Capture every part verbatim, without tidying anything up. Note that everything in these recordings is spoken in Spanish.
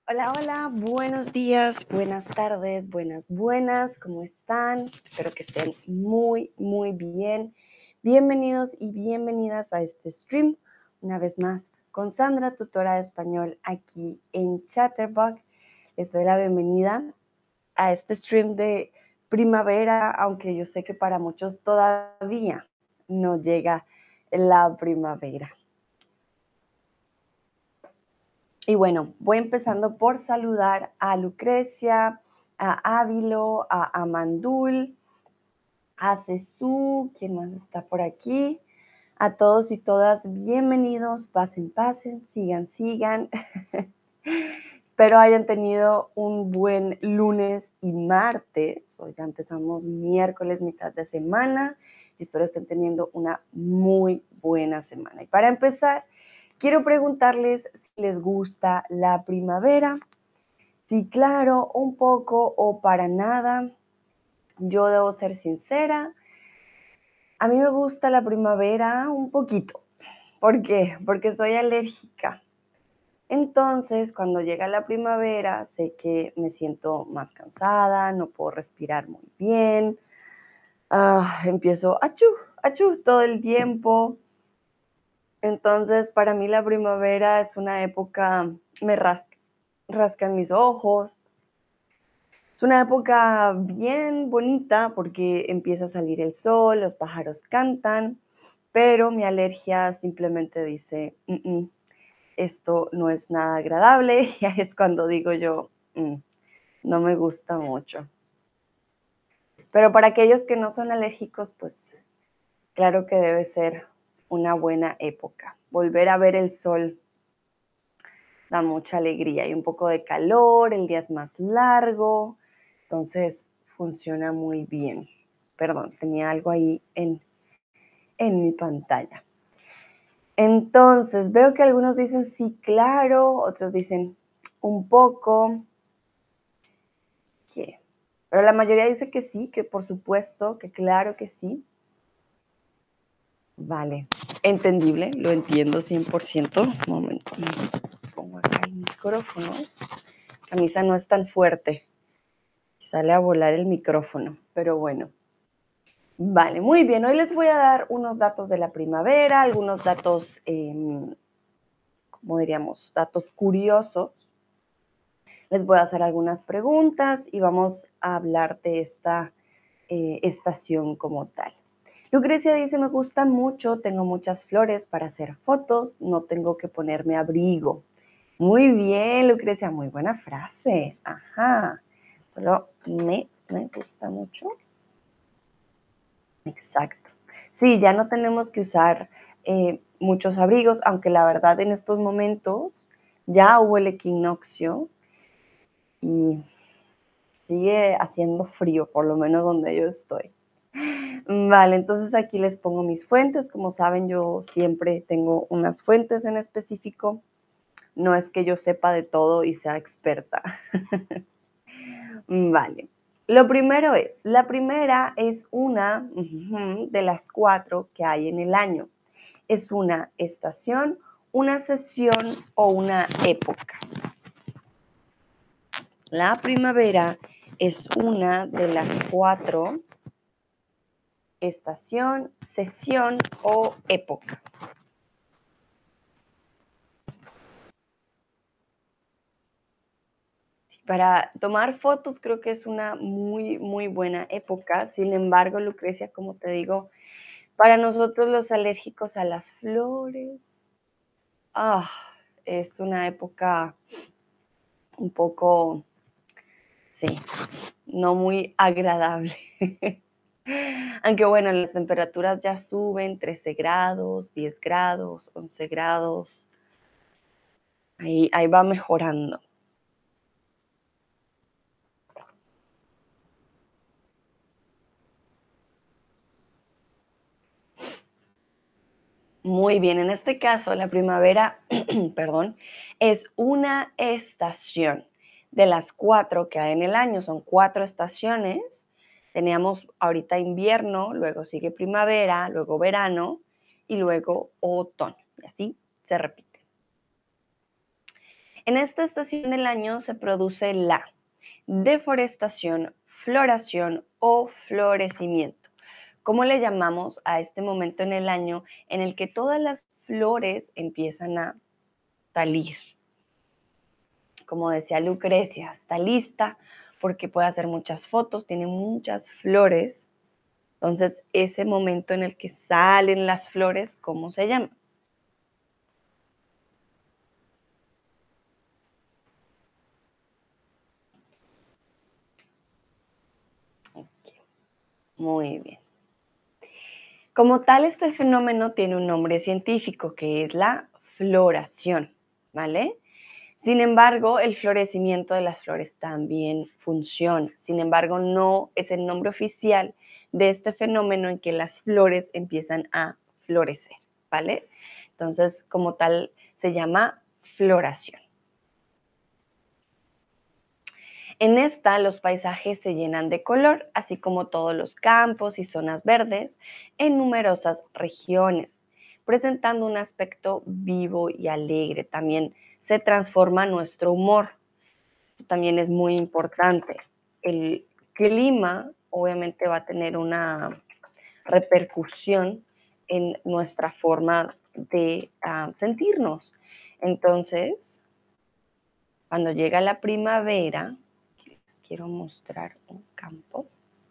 Hola, hola, buenos días, buenas tardes, buenas, buenas, ¿cómo están? Espero que estén muy, muy bien. Bienvenidos y bienvenidas a este stream, una vez más, con Sandra, tutora de español, aquí en Chatterbox. Les doy la bienvenida a este stream de primavera, aunque yo sé que para muchos todavía no llega la primavera. Y bueno, voy empezando por saludar a Lucrecia, a Ávilo, a Amandul, a Cesú, ¿quién más está por aquí? A todos y todas, bienvenidos, pasen, pasen, sigan, sigan. Espero hayan tenido un buen lunes y martes. Hoy ya empezamos miércoles, mitad de semana, y espero estén teniendo una muy buena semana. Y para empezar, quiero preguntarles si les gusta la primavera. Sí, claro, un poco o para nada. Yo debo ser sincera. A mí me gusta la primavera un poquito. ¿Por qué? Porque soy alérgica. Entonces, cuando llega la primavera, sé que me siento más cansada, no puedo respirar muy bien. Ah, empiezo achú, achú todo el tiempo. Entonces, para mí la primavera es una época, me rasca, rascan mis ojos. Es una época bien bonita porque empieza a salir el sol, los pájaros cantan, pero mi alergia simplemente dice, mm, mm, esto no es nada agradable, y ahí es cuando digo yo, mm, no me gusta mucho. Pero para aquellos que no son alérgicos, pues claro que debe ser una buena época. Volver a ver el sol da mucha alegría, hay un poco de calor, el día es más largo, entonces funciona muy bien. Perdón, tenía algo ahí en, en mi pantalla. Entonces, veo que algunos dicen sí, claro, otros dicen un poco. ¿Qué? Pero la mayoría dice que sí, que por supuesto, que claro que sí. Vale, entendible, lo entiendo cien por ciento. Un momento, pongo acá el micrófono. La camisa no es tan fuerte. Sale a volar el micrófono, pero bueno. Vale, muy bien. Hoy les voy a dar unos datos de la primavera, algunos datos, eh, ¿cómo diríamos? Datos curiosos. Les voy a hacer algunas preguntas y vamos a hablar de esta eh, estación como tal. Lucrecia dice, me gusta mucho, tengo muchas flores para hacer fotos, no tengo que ponerme abrigo. Muy bien, Lucrecia, muy buena frase. Ajá, solo me, me gusta mucho. Exacto. Sí, ya no tenemos que usar eh, muchos abrigos, aunque la verdad en estos momentos ya hubo el equinoccio y sigue haciendo frío, por lo menos donde yo estoy. Vale, entonces aquí les pongo mis fuentes. Como saben, yo siempre tengo unas fuentes en específico. No es que yo sepa de todo y sea experta. Vale. Lo primero es, la primera es una uh-huh, de las cuatro que hay en el año. Es una estación, una sesión o una época. La primavera es una de las cuatro: estación, sesión o época. Para tomar fotos creo que es una muy, muy buena época. Sin embargo, Lucrecia, como te digo, para nosotros los alérgicos a las flores, ah, es una época un poco, sí, no muy agradable. Aunque bueno, las temperaturas ya suben, trece grados, diez grados, once grados. Ahí, ahí va mejorando. Muy bien, en este caso la primavera, perdón, es una estación de las cuatro que hay en el año. Son cuatro estaciones. Teníamos ahorita invierno, luego sigue primavera, luego verano y luego otoño. Y así se repite. En esta estación del año se produce la deforestación, floración o florecimiento. ¿Cómo le llamamos a este momento en el año en el que todas las flores empiezan a salir? Como decía Lucrecia, está lista porque puede hacer muchas fotos, tiene muchas flores. Entonces, ese momento en el que salen las flores, ¿cómo se llama? Ok, muy bien. Como tal, este fenómeno tiene un nombre científico que es la floración, ¿vale? Sin embargo, el florecimiento de las flores también funciona. Sin embargo, no es el nombre oficial de este fenómeno en que las flores empiezan a florecer, ¿vale? Entonces, como tal, se llama floración. En esta, los paisajes se llenan de color, así como todos los campos y zonas verdes en numerosas regiones, presentando un aspecto vivo y alegre. También se transforma nuestro humor. Esto también es muy importante. El clima obviamente va a tener una repercusión en nuestra forma de uh, sentirnos. Entonces, cuando llega la primavera, les quiero mostrar un campo,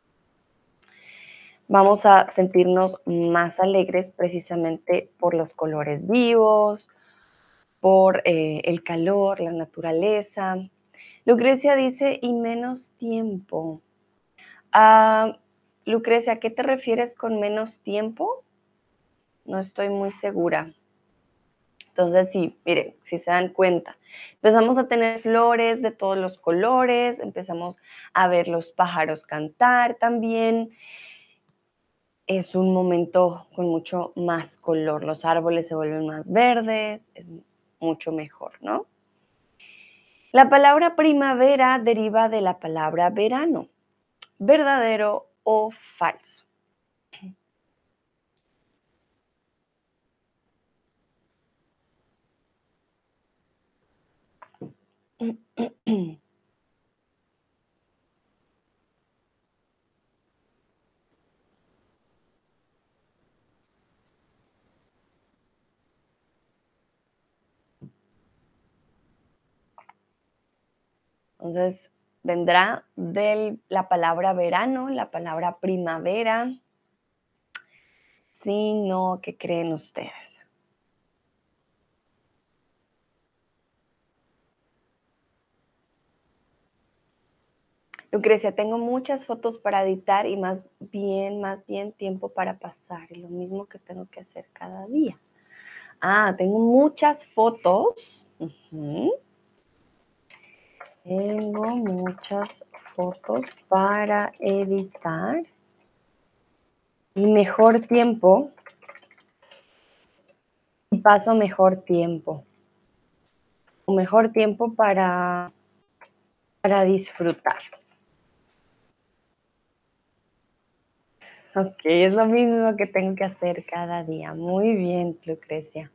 vamos a sentirnos más alegres precisamente por los colores vivos, por eh, el calor, la naturaleza. Lucrecia dice, y menos tiempo. Ah, Lucrecia, ¿a qué te refieres con menos tiempo? No estoy muy segura. Entonces, sí, miren, si se dan cuenta, empezamos a tener flores de todos los colores, empezamos a ver los pájaros cantar también. Es un momento con mucho más color, los árboles se vuelven más verdes, es mucho mejor, ¿no? La palabra primavera deriva de la palabra verano, verdadero o falso. Entonces, vendrá de la palabra verano, la palabra primavera. Sí, no, ¿qué creen ustedes? Lucrecia, tengo muchas fotos para editar y más bien, más bien tiempo para pasar, y lo mismo que tengo que hacer cada día. Ah, tengo muchas fotos. Uh-huh. Tengo muchas fotos para editar y mejor tiempo, y paso mejor tiempo, o mejor tiempo para, para disfrutar. Ok, es lo mismo que tengo que hacer cada día. Muy bien, Lucrecia.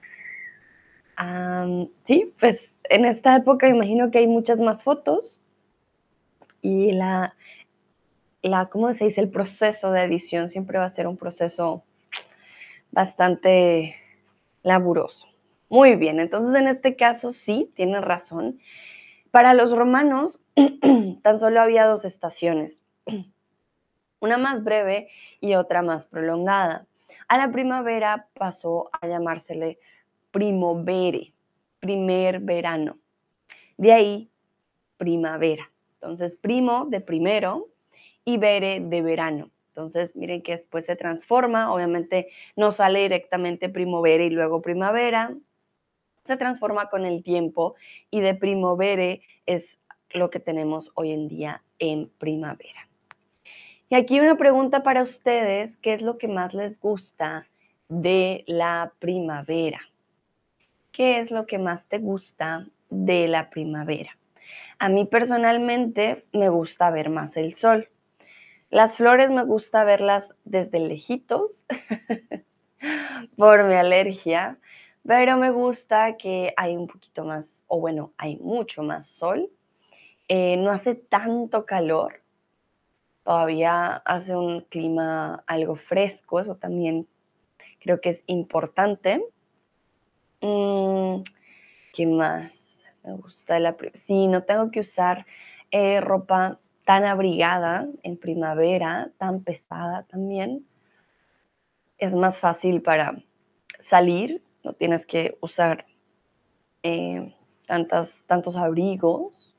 Um, sí, pues en esta época imagino que hay muchas más fotos y la, la, ¿cómo se dice? El proceso de edición siempre va a ser un proceso bastante laburoso. Muy bien, entonces en este caso sí, tienes razón. Para los romanos tan solo había dos estaciones, una más breve y otra más prolongada. A la primavera pasó a llamársele primovere, primer verano. De ahí primavera. Entonces, primo de primero y vere de verano. Entonces, miren que después se transforma, obviamente no sale directamente primavera y luego primavera, se transforma con el tiempo y de primavera es lo que tenemos hoy en día en primavera. Y aquí una pregunta para ustedes, ¿qué es lo que más les gusta de la primavera? ¿Qué es lo que más te gusta de la primavera? A mí personalmente me gusta ver más el sol. Las flores me gusta verlas desde lejitos por mi alergia, pero me gusta que hay un poquito más, o bueno, hay mucho más sol. Eh, no hace tanto calor, todavía hace un clima algo fresco, eso también creo que es importante. Mm, ¿Qué más? Me gusta la... pri- Sí, no tengo que usar eh, ropa tan abrigada en primavera, tan pesada también. Es más fácil para salir, no tienes que usar eh, tantas, tantos abrigos.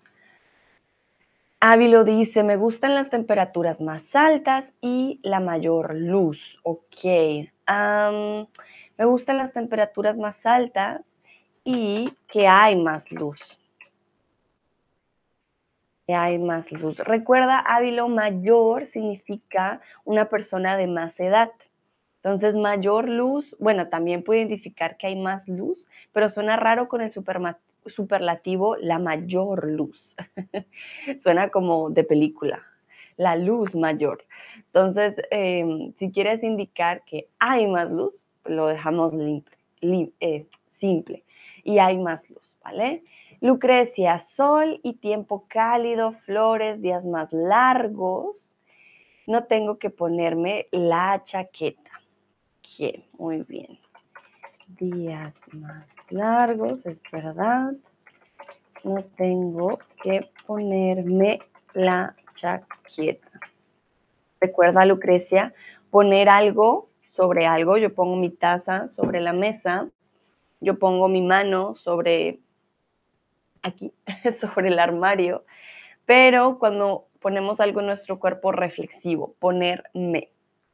Ávilo dice, me gustan las temperaturas más altas y la mayor luz. Ok. Am, me gustan las temperaturas más altas y que hay más luz. Que hay más luz. Recuerda, Ávilo, mayor significa una persona de más edad. Entonces, mayor luz, bueno, también puede indicar que hay más luz, pero suena raro con el superma- superlativo la mayor luz. Suena como de película, la luz mayor. Entonces, eh, si quieres indicar que hay más luz, lo dejamos limple, lim- eh, simple. Y hay más luz, ¿vale? Lucrecia, sol y tiempo cálido, flores, días más largos. No tengo que ponerme la chaqueta. Bien, muy bien. Días más largos, es verdad. No tengo que ponerme la chaqueta. Recuerda, Lucrecia, poner algo sobre algo. Yo pongo mi taza sobre la mesa. Yo pongo mi mano sobre aquí, sobre el armario. Pero cuando ponemos algo en nuestro cuerpo reflexivo, ponerme.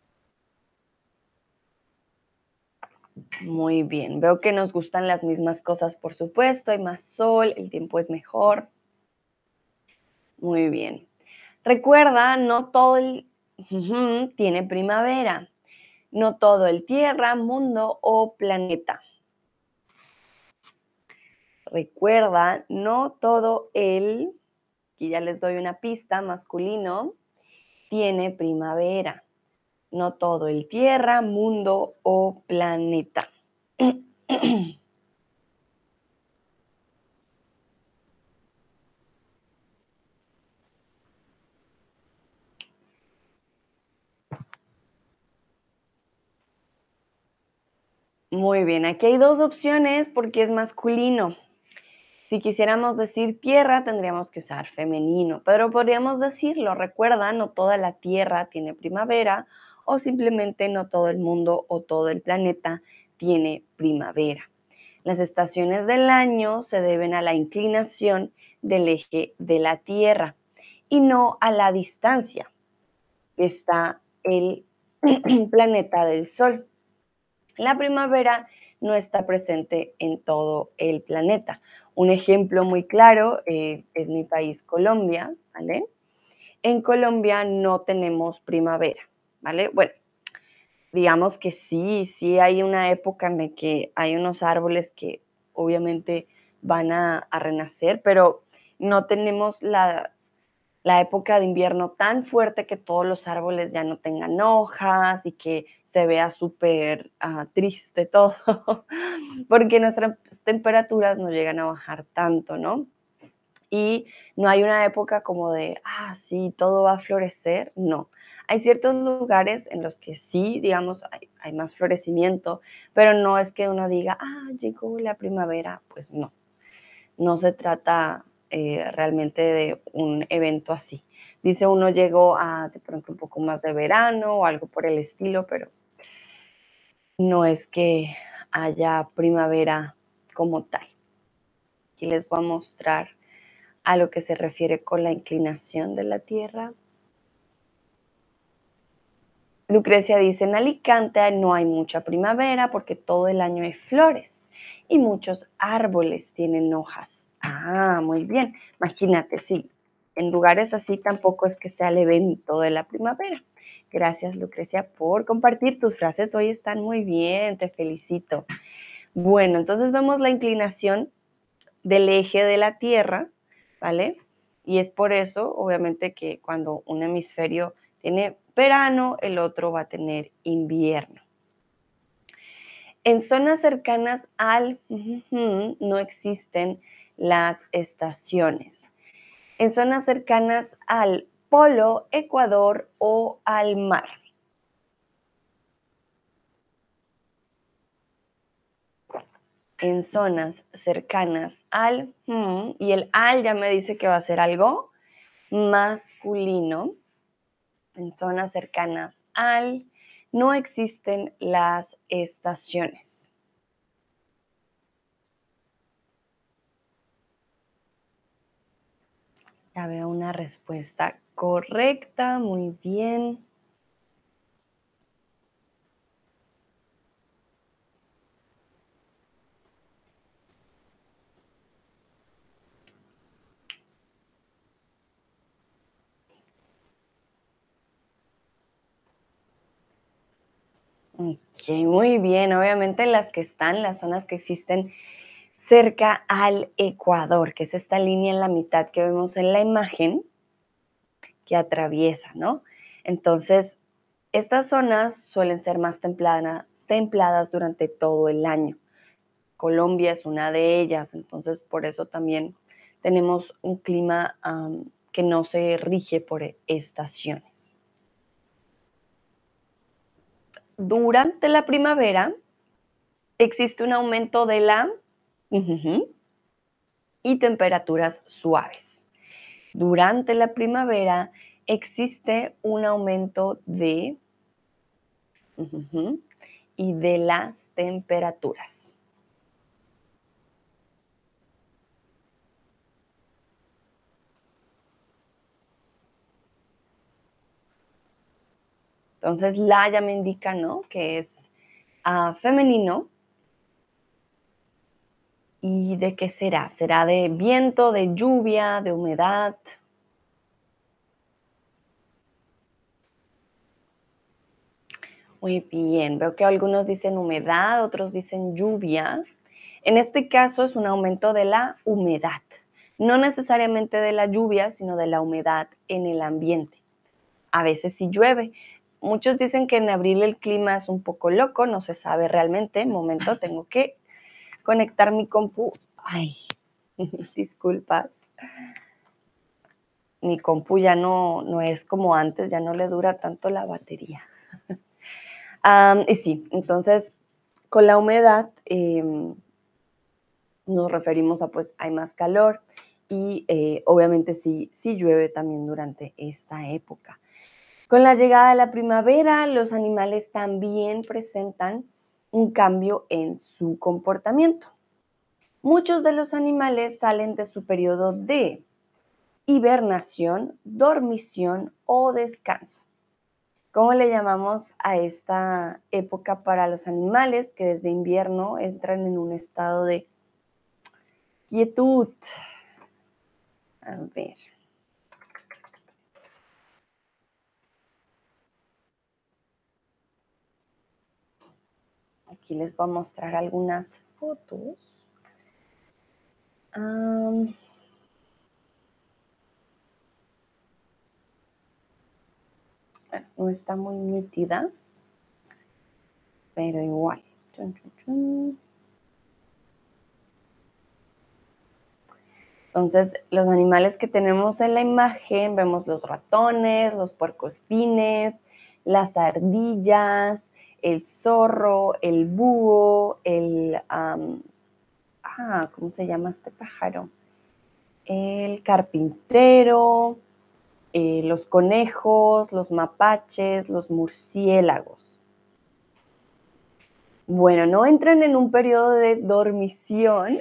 Muy bien, veo que nos gustan las mismas cosas, por supuesto, hay más sol, el tiempo es mejor. Muy bien. Recuerda, no todo el ujú, tiene primavera, no todo el tierra, mundo o planeta. Recuerda, no todo el, y ya les doy una pista, masculino, tiene primavera, no todo el tierra, mundo o planeta. Muy bien, aquí hay dos opciones porque es masculino. Si quisiéramos decir tierra, tendríamos que usar femenino, pero podríamos decirlo, recuerda, no toda la tierra tiene primavera o simplemente no todo el mundo o todo el planeta tiene primavera. Las estaciones del año se deben a la inclinación del eje de la Tierra y no a la distancia que está el planeta del Sol. La primavera no está presente en todo el planeta. Un ejemplo muy claro eh, es mi país, Colombia, ¿vale? En Colombia no tenemos primavera, ¿vale? Bueno, digamos que sí, sí hay una época en la que hay unos árboles que obviamente van a, a renacer, pero no tenemos la, la época de invierno tan fuerte que todos los árboles ya no tengan hojas y que se vea súper uh, triste todo, porque nuestras temperaturas no llegan a bajar tanto, ¿no? Y no hay una época como de, ah, sí, todo va a florecer, no. Hay ciertos lugares en los que sí, digamos, hay, hay más florecimiento, pero no es que uno diga, ah, llegó la primavera, pues no no se trata eh, realmente de un evento así. Dice uno llegó a de pronto un poco más de verano o algo por el estilo, pero no es que haya primavera como tal. Aquí les voy a mostrar a lo que se refiere con la inclinación de la Tierra. Lucrecia dice, en Alicante no hay mucha primavera porque todo el año hay flores y muchos árboles tienen hojas. Ah, muy bien. Imagínate, sí, en lugares así tampoco es que sea el evento de la primavera. Gracias, Lucrecia, por compartir. Tus frases hoy están muy bien, te felicito. Bueno, entonces vemos la inclinación del eje de la Tierra, ¿vale? Y es por eso, obviamente, que cuando un hemisferio tiene verano, el otro va a tener invierno. En zonas cercanas al ujujú, no existen las estaciones. En zonas cercanas al polo, ecuador o al mar. En zonas cercanas al, mm, y el al ya me dice que va a ser algo masculino. En zonas cercanas al no existen las estaciones. Ya veo una respuesta correcta, muy bien. Ok, muy bien. Obviamente las que están, las zonas que existen cerca al Ecuador, que es esta línea en la mitad que vemos en la imagen que atraviesa, ¿no? Entonces, estas zonas suelen ser más templada- templadas durante todo el año. Colombia es una de ellas, entonces por eso también tenemos un clima um, que no se rige por estaciones. Durante la primavera existe un aumento de la uh-huh, y temperaturas suaves. Durante la primavera existe un aumento de uh-huh, y de las temperaturas. Entonces la ya me indica, ¿no? Que es uh, femenino. ¿Y de qué será? ¿Será de viento, de lluvia, de humedad? Muy bien, veo que algunos dicen humedad, otros dicen lluvia. En este caso es un aumento de la humedad, no necesariamente de la lluvia, sino de la humedad en el ambiente. A veces sí llueve. Muchos dicen que en abril el clima es un poco loco, no se sabe realmente. Momento, tengo que conectar mi compu. Ay, disculpas. Mi compu ya no, no es como antes, ya no le dura tanto la batería. Um, y sí, entonces con la humedad eh, nos referimos a pues hay más calor y eh, obviamente sí, sí llueve también durante esta época. Con la llegada de la primavera, los animales también presentan un cambio en su comportamiento. Muchos de los animales salen de su periodo de hibernación, dormición o descanso. ¿Cómo le llamamos a esta época para los animales que desde invierno entran en un estado de quietud? A ver. Aquí les voy a mostrar algunas fotos. Um, no está muy nítida, pero igual. Chun, chun, chun. Entonces, los animales que tenemos en la imagen, vemos los ratones, los puercoespines, las ardillas, el zorro, el búho, el, um, ah, ¿cómo se llama este pájaro? El carpintero, eh, los conejos, los mapaches, los murciélagos. Bueno, no entran en un periodo de dormición.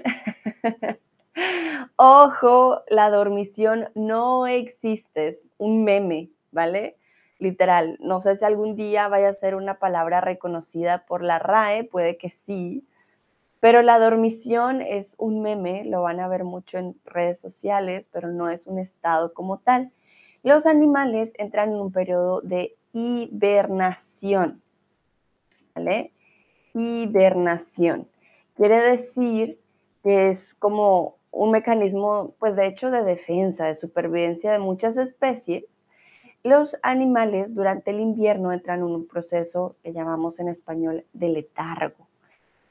Ojo, la dormición no existe, es un meme, ¿vale? Literal, no sé si algún día vaya a ser una palabra reconocida por la R A E, puede que sí, pero la dormición es un meme, lo van a ver mucho en redes sociales, pero no es un estado como tal. Los animales entran en un periodo de hibernación, ¿vale? Hibernación. Quiere decir que es como un mecanismo, pues de hecho, de defensa, de supervivencia de muchas especies. Los animales durante el invierno entran en un proceso que llamamos en español de letargo.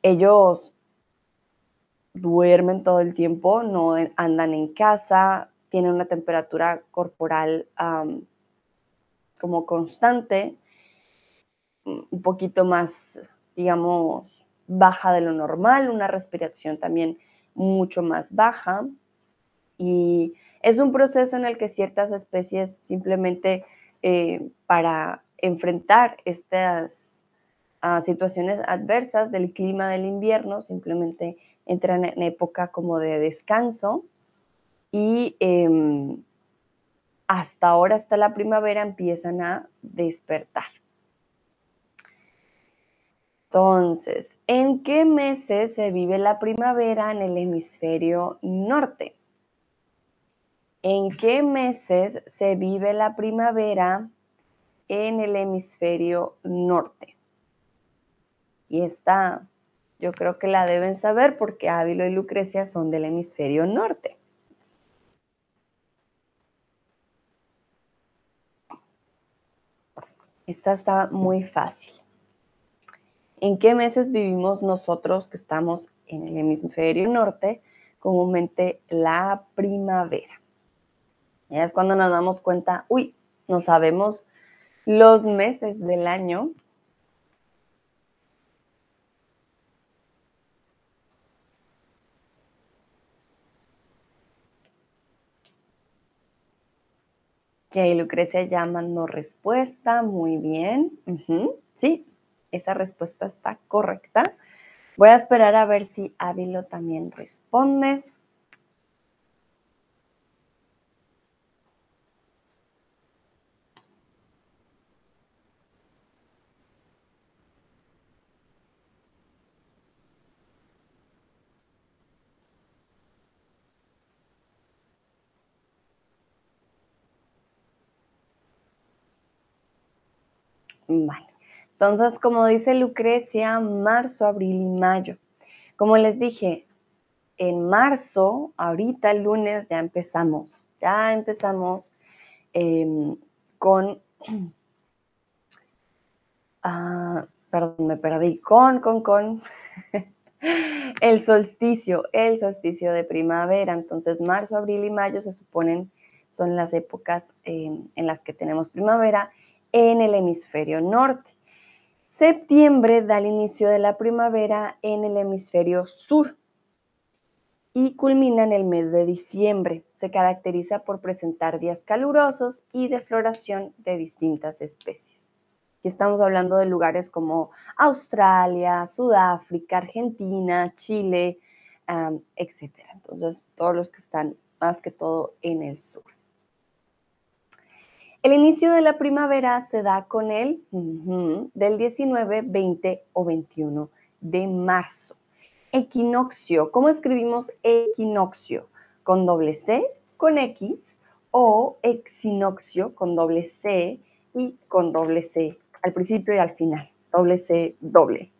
Ellos duermen todo el tiempo, no en- andan en casa, tienen una temperatura corporal am, como constante, mm, un poquito más, digamos, baja de lo normal, una respiración también mucho más baja. Y es un proceso en el que ciertas especies simplemente eh, para enfrentar estas ah, situaciones adversas del clima del invierno, simplemente entran en época como de descanso y em, hasta ahora, hasta la primavera, empiezan a despertar. Entonces, ¿en qué meses se vive la primavera en el hemisferio norte? ¿En qué meses se vive la primavera en el hemisferio norte? Y esta, yo creo que la deben saber porque Ávilo y Lucrecia son del hemisferio norte. Esta está muy fácil. ¿En qué meses vivimos nosotros que estamos en el hemisferio norte? Comúnmente la primavera. Ya es cuando nos damos cuenta, uy, no sabemos los meses del año. Que Lucrecia ya mandó respuesta, muy bien. Ujú, sí, esa respuesta está correcta. Voy a esperar a ver si Ávilo también responde. Vale. Entonces, como dice Lucrecia, marzo, abril y mayo. Como les dije, en marzo, ahorita el lunes ya empezamos, ya empezamos eh, con, ah, perdón, me perdí, con, con, con el solsticio, el solsticio de primavera. Entonces, marzo, abril y mayo se suponen son las épocas eh, en las que tenemos primavera en el hemisferio norte. Septiembre da el inicio de la primavera en el hemisferio sur y culmina en el mes de diciembre. Se caracteriza por presentar días calurosos y de floración de distintas especies. Aquí estamos hablando de lugares como Australia, Sudáfrica, Argentina, Chile, um, etcétera. Entonces, todos los que están más que todo en el sur. El inicio de la primavera se da con el uh-huh, del diecinueve, veinte o veintiuno de marzo. Equinoccio. ¿Cómo escribimos equinoccio? ¿Con doble C, con X o exinoccio con doble C y con doble C al principio y al final? Doble C, doble.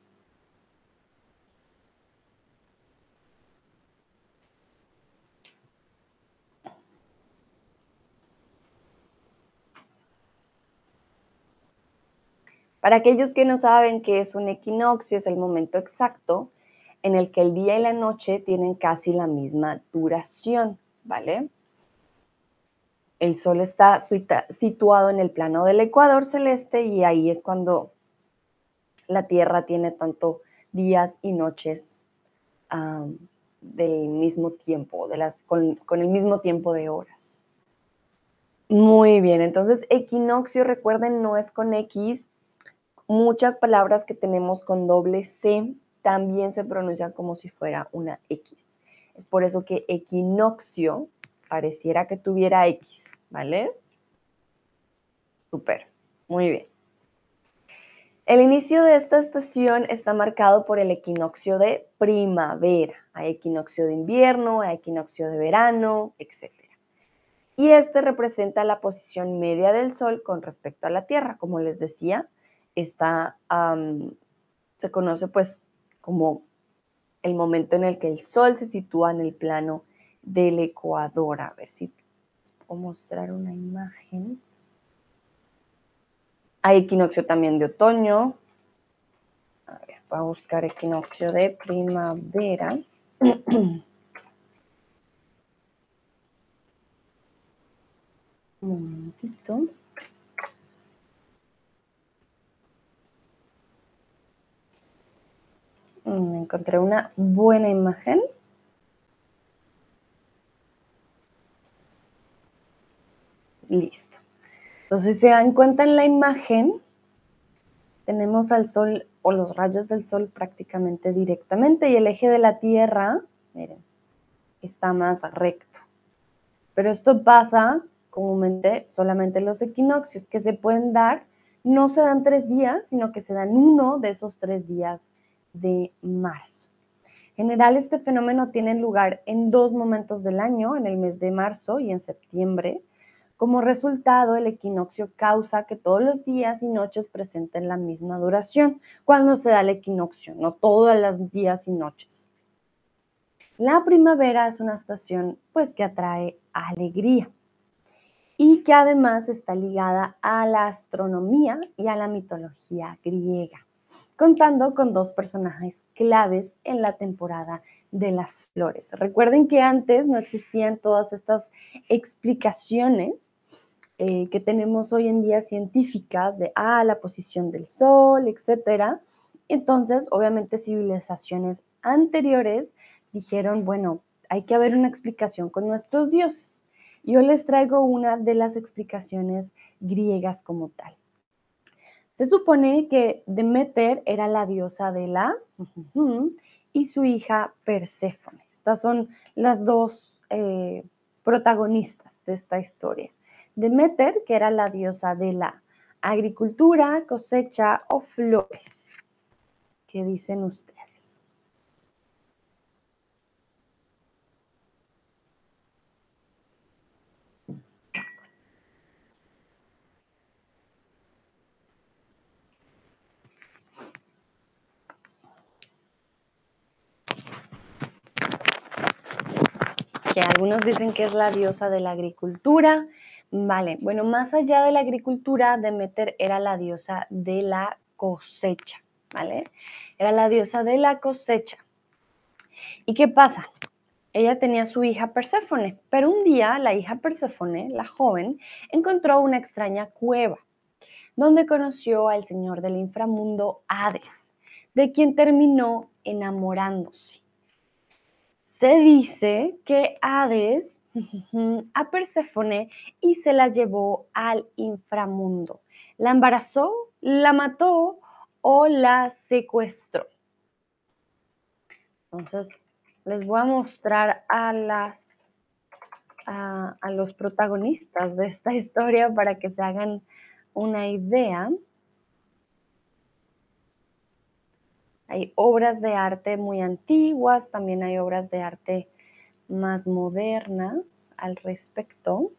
Para aquellos que no saben qué es un equinoccio, es el momento exacto en el que el día y la noche tienen casi la misma duración, ¿vale? El Sol está situado en el plano del ecuador celeste y ahí es cuando la Tierra tiene tanto días y noches um, del mismo tiempo, de las, con, con el mismo tiempo de horas. Muy bien, entonces equinoccio, recuerden, no es con X. Muchas palabras que tenemos con doble C también se pronuncian como si fuera una X. Es por eso que equinoccio pareciera que tuviera X, ¿vale? Súper, muy bien. El inicio de esta estación está marcado por el equinoccio de primavera. Hay equinoccio de invierno, hay equinoccio de verano, etcétera. Y este representa la posición media del Sol con respecto a la Tierra. Como les decía, está, um, se conoce pues como el momento en el que el Sol se sitúa en el plano del ecuador. A ver si les puedo mostrar una imagen. Hay equinoccio también de otoño. A ver, voy a buscar equinoccio de primavera. Un momentito. Mm, encontré una buena imagen. Listo. Entonces, se dan cuenta en la imagen, tenemos al Sol o los rayos del Sol prácticamente directamente y el eje de la Tierra, miren, está más recto. Pero esto pasa comúnmente solamente en los equinoccios, que se pueden dar, no se dan tres días, sino que se dan uno de esos tres días de marzo. En general, este fenómeno tiene lugar en dos momentos del año, en el mes de marzo y en septiembre. Como resultado, el equinoccio causa que todos los días y noches presenten la misma duración cuando se da el equinoccio, no todos los días y noches. La primavera es una estación pues que atrae alegría y que además está ligada a la astronomía y a la mitología griega, contando con dos personajes claves en la temporada de las flores. Recuerden que antes no existían todas estas explicaciones eh, que tenemos hoy en día científicas de ah, la posición del sol, etcétera. Entonces, obviamente, civilizaciones anteriores dijeron, bueno, hay que haber una explicación con nuestros dioses. Yo les traigo una de las explicaciones griegas como tal. Se supone que Deméter era la diosa de la y su hija Perséfone. Estas son las dos eh, protagonistas de esta historia. Deméter, que era la diosa de la agricultura, cosecha o flores. ¿Qué dicen ustedes? Que algunos dicen que es la diosa de la agricultura. Vale, bueno, más allá de la agricultura, Deméter era la diosa de la cosecha, ¿vale? Era la diosa de la cosecha. ¿Y qué pasa? Ella tenía su hija Perséfone, pero un día la hija Perséfone, la joven, encontró una extraña cueva donde conoció al señor del inframundo Hades, de quien terminó enamorándose. Se dice que Hades a Perséfone y se la llevó al inframundo. La embarazó, la mató o la secuestró. Entonces, les voy a mostrar a, las, a, a los protagonistas de esta historia para que se hagan una idea. Hay obras de arte muy antiguas, también hay obras de arte más modernas al respecto.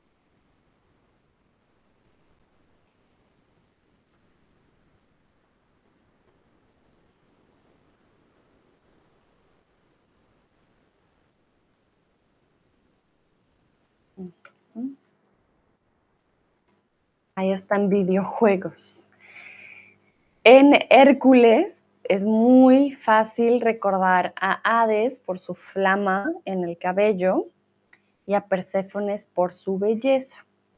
Ahí están videojuegos. En Hércules es muy fácil recordar a Hades por su flama en el cabello y a Perséfone por su belleza.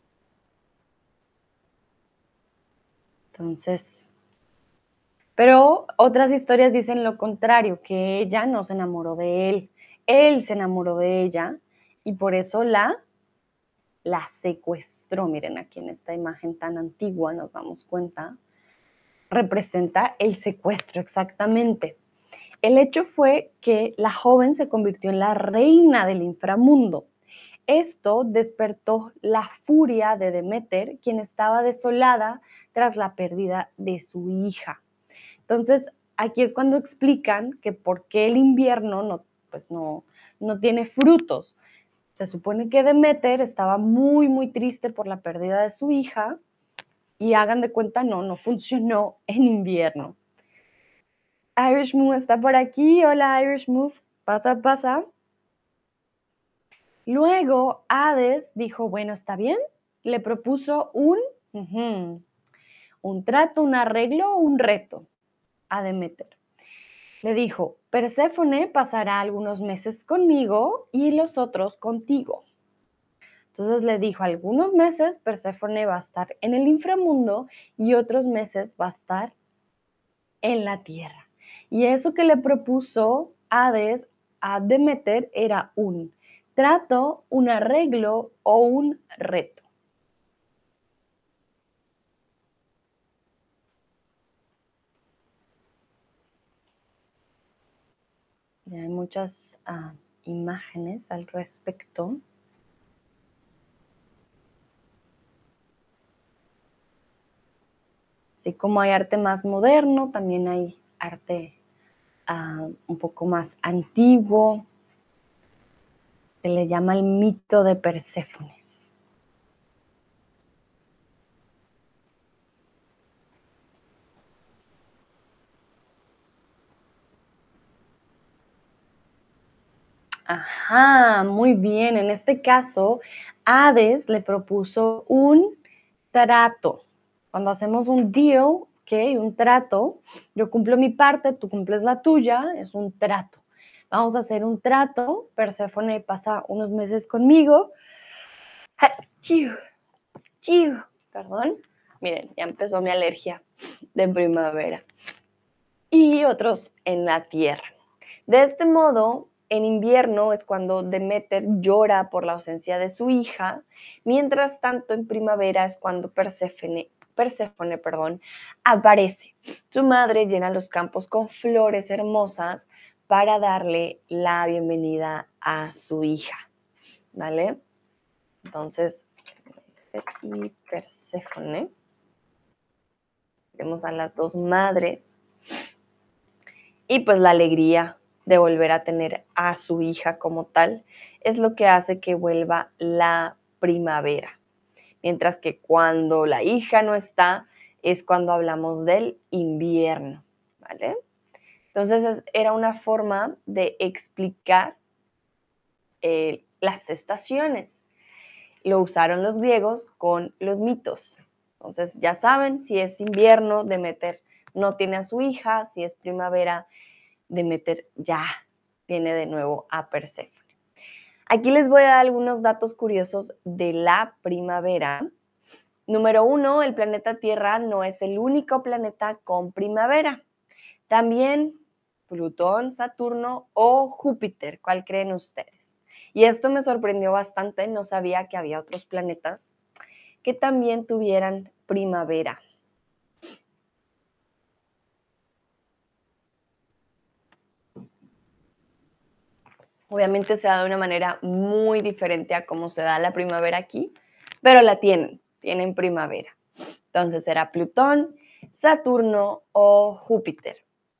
Entonces, pero otras historias dicen lo contrario, que ella no se enamoró de él, él se enamoró de ella y por eso la, la secuestró. Miren aquí en esta imagen tan antigua nos damos cuenta, representa el secuestro exactamente. El hecho fue que la joven se convirtió en la reina del inframundo. Esto despertó la furia de Deméter, quien estaba desolada tras la pérdida de su hija. Entonces, aquí es cuando explican que por qué el invierno no, pues no, no tiene frutos. Se supone que Deméter estaba muy, muy triste por la pérdida de su hija y hagan de cuenta, no, no funcionó en invierno. Irish Moon está por aquí. Hola, Irish Moon. Pasa, pasa. Luego, Hades dijo, bueno, está bien. Le propuso un, uh -huh, un trato, un arreglo, un reto. a Demeter. Le dijo, Perséfone pasará algunos meses conmigo y los otros contigo. Entonces le dijo, algunos meses Perséfone va a estar en el inframundo y otros meses va a estar en la tierra. Y eso que le propuso Hades a Demeter era un trato, un arreglo o un reto. Ya hay muchas uh, imágenes al respecto. Así como hay arte más moderno, también hay arte uh, un poco más antiguo. Se le llama el mito de Perséfones. Ajá, muy bien. En este caso, Hades le propuso un trato. Cuando hacemos un deal, ¿ok? Un trato, yo cumplo mi parte, tú cumples la tuya, es un trato. Vamos a hacer un trato. Perséfone pasa unos meses conmigo. Perdón. Miren, ya empezó mi alergia de primavera. Y otros en la tierra. De este modo, en invierno es cuando Demeter llora por la ausencia de su hija, mientras tanto en primavera es cuando Perséfone, Perséfone perdón, aparece. Su madre llena los campos con flores hermosas para darle la bienvenida a su hija, ¿vale? Entonces, y Perséfone, vemos a las dos madres y pues la alegría de volver a tener a su hija como tal es lo que hace que vuelva la primavera. Mientras que cuando la hija no está es cuando hablamos del invierno, ¿vale? Entonces era una forma de explicar eh, las estaciones. Lo usaron los griegos con los mitos. Entonces ya saben, si es invierno, Demeter no tiene a su hija, si es primavera, Demeter ya tiene de nuevo a Perséfone. Aquí les voy a dar algunos datos curiosos de la primavera. Número uno, el planeta Tierra no es el único planeta con primavera. También Plutón, Saturno o Júpiter. ¿Cuál creen ustedes? Y esto me sorprendió bastante, no sabía que había otros planetas que también tuvieran primavera. Obviamente se da de una manera muy diferente a cómo se da la primavera aquí, pero la tienen, tienen primavera. Entonces será Plutón, Saturno o Júpiter.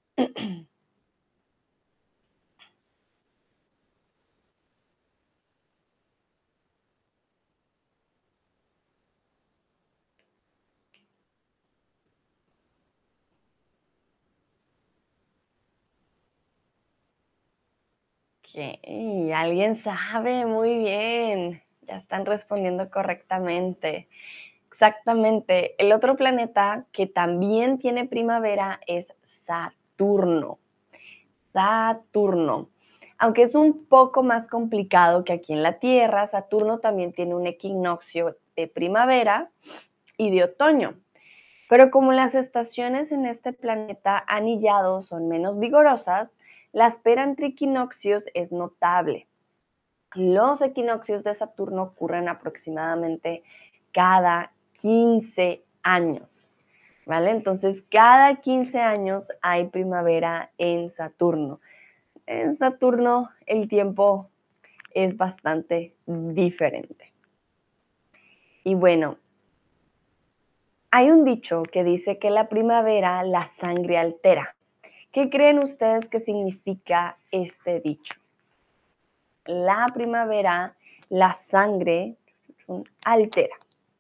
Ok, alguien sabe, muy bien. Ya están respondiendo correctamente. Exactamente. El otro planeta que también tiene primavera es Saturno. Saturno. Aunque es un poco más complicado que aquí en la Tierra, Saturno también tiene un equinoccio de primavera y de otoño. Pero como las estaciones en este planeta anillado son menos vigorosas, la espera entre equinoccios es notable. Los equinoccios de Saturno ocurren aproximadamente cada quince años, ¿vale? Entonces, cada quince años hay primavera en Saturno. En Saturno el tiempo es bastante diferente. Y bueno, hay un dicho que dice que la primavera la sangre altera. ¿Qué creen ustedes que significa este dicho? La primavera, la sangre altera.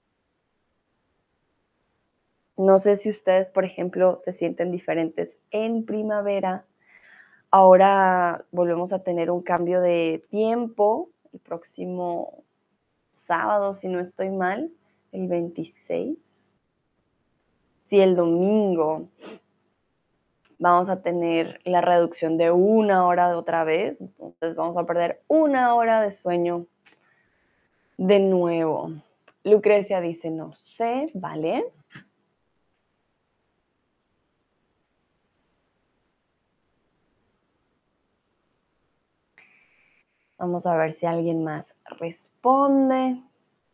No sé si ustedes, por ejemplo, se sienten diferentes en primavera. Ahora volvemos a tener un cambio de tiempo el próximo sábado, si no estoy mal, el veintiséis. Sí, el domingo. vamos a tener la reducción de una hora de otra vez, entonces vamos a perder una hora de sueño de nuevo. Lucrecia dice, no sé, ¿vale? Vamos a ver si alguien más responde.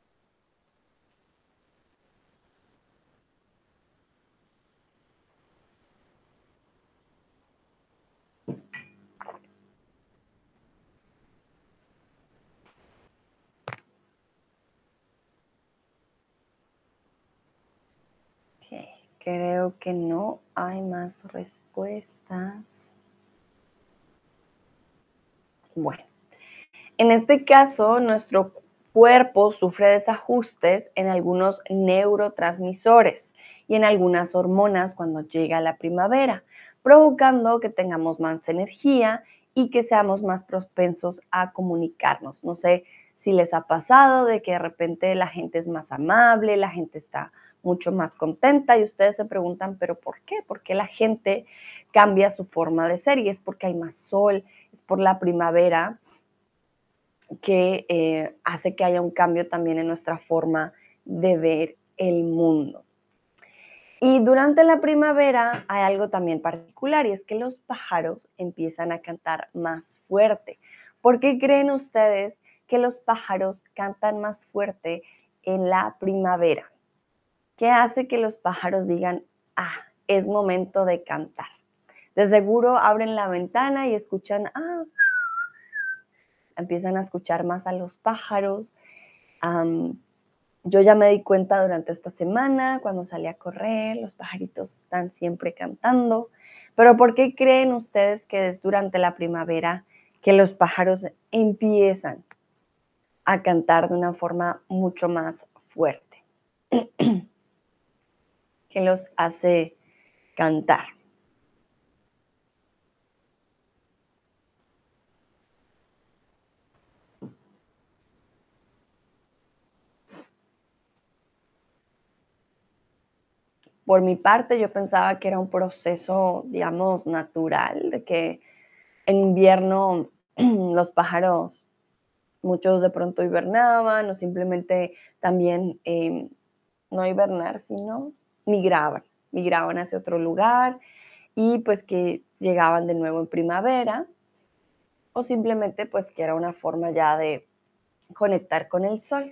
Ok, creo que no hay más respuestas. Bueno, en este caso, nuestro cuerpo sufre desajustes en algunos neurotransmisores y en algunas hormonas cuando llega la primavera, provocando que tengamos más energía y que seamos más propensos a comunicarnos. No sé si les ha pasado de que de repente la gente es más amable, la gente está mucho más contenta y ustedes se preguntan, ¿pero por qué? ¿Por qué la gente cambia su forma de ser? Y es porque hay más sol, es por la primavera que eh, hace que haya un cambio también en nuestra forma de ver el mundo. Y durante la primavera hay algo también particular y es que los pájaros empiezan a cantar más fuerte. ¿Por qué creen ustedes que los pájaros cantan más fuerte en la primavera? ¿Qué hace que los pájaros digan, ah, es momento de cantar? De seguro abren la ventana y escuchan, ah, empiezan a escuchar más a los pájaros. Um, yo ya me di cuenta durante esta semana, cuando salí a correr, los pajaritos están siempre cantando. Pero ¿por qué creen ustedes que es durante la primavera que los pájaros empiezan a cantar de una forma mucho más fuerte? ¿Qué los hace cantar? Por mi parte, yo pensaba que era un proceso, digamos, natural, de que en invierno los pájaros, muchos de pronto hibernaban o simplemente también, eh, no hibernar, sino migraban, migraban hacia otro lugar y pues que llegaban de nuevo en primavera o simplemente pues que era una forma ya de conectar con el sol.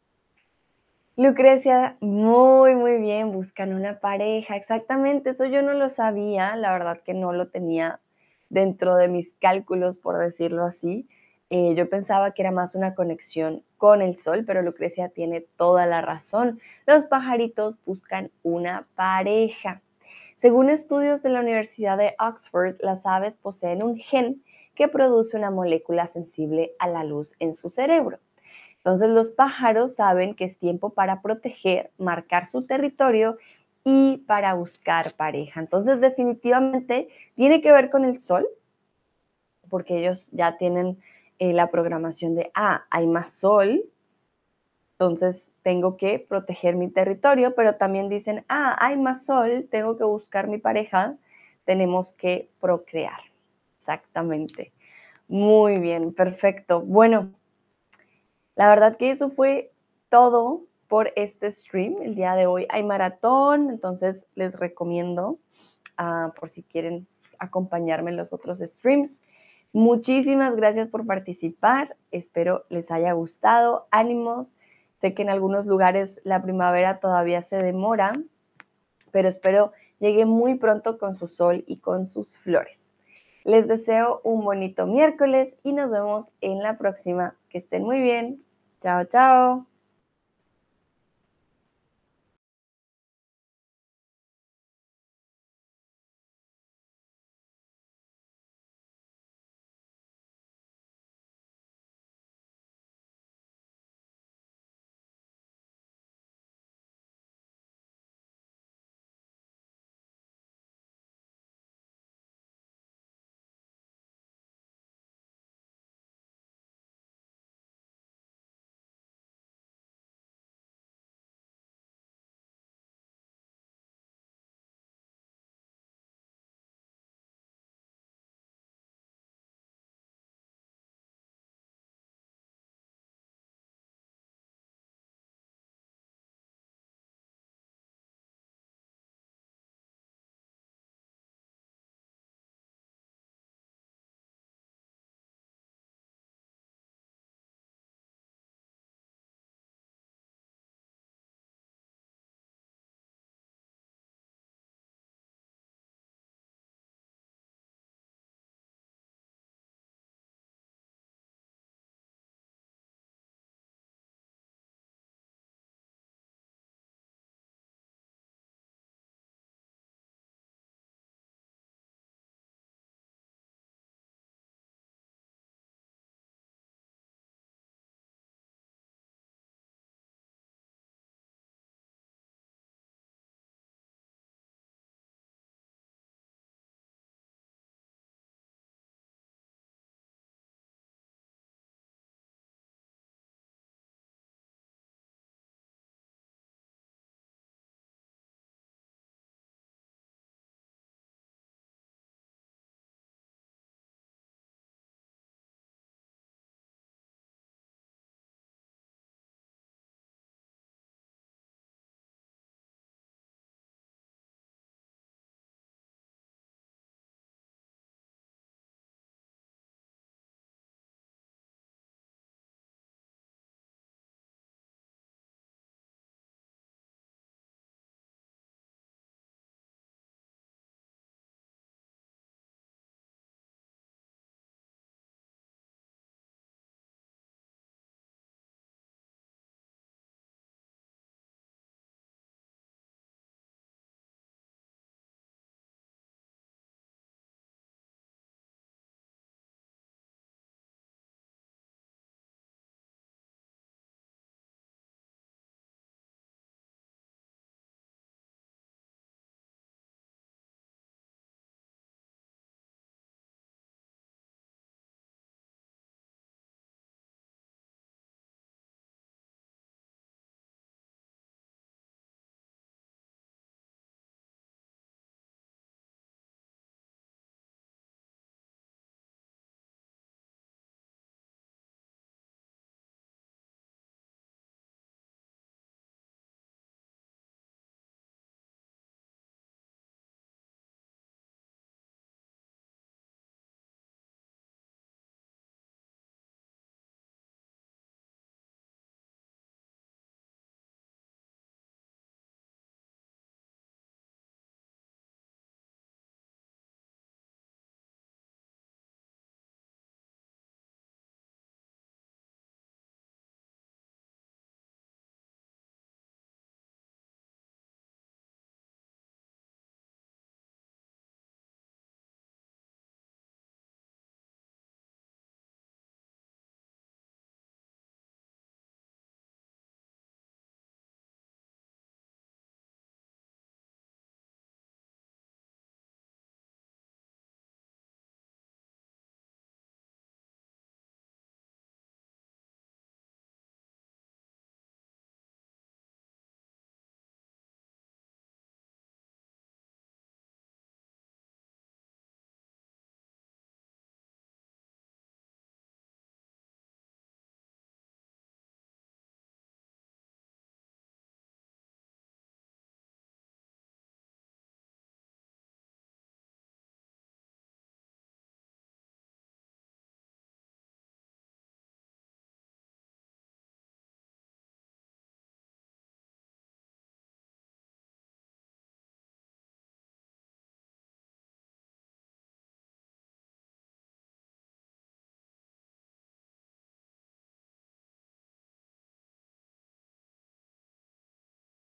Lucrecia, muy, muy bien, buscan una pareja, exactamente, eso yo no lo sabía, la verdad que no lo tenía dentro de mis cálculos, por decirlo así. Eh, yo pensaba que era más una conexión con el sol, pero Lucrecia tiene toda la razón. Los pajaritos buscan una pareja. Según estudios de la Universidad de Oxford, las aves poseen un gen que produce una molécula sensible a la luz en su cerebro. Entonces los pájaros saben que es tiempo para proteger, marcar su territorio y para buscar pareja. Entonces definitivamente tiene que ver con el sol, porque ellos ya tienen eh, la programación de, ah, hay más sol, entonces tengo que proteger mi territorio, pero también dicen, ah, hay más sol, tengo que buscar mi pareja, tenemos que procrear. Exactamente. Muy bien, perfecto. Bueno, la verdad que eso fue todo por este stream. El día de hoy hay maratón, entonces les recomiendo uh, por si quieren acompañarme en los otros streams. Muchísimas gracias por participar. Espero les haya gustado. Ánimos. Sé que en algunos lugares la primavera todavía se demora, pero espero llegue muy pronto con su sol y con sus flores. Les deseo un bonito miércoles y nos vemos en la próxima. Que estén muy bien. Chao, chao.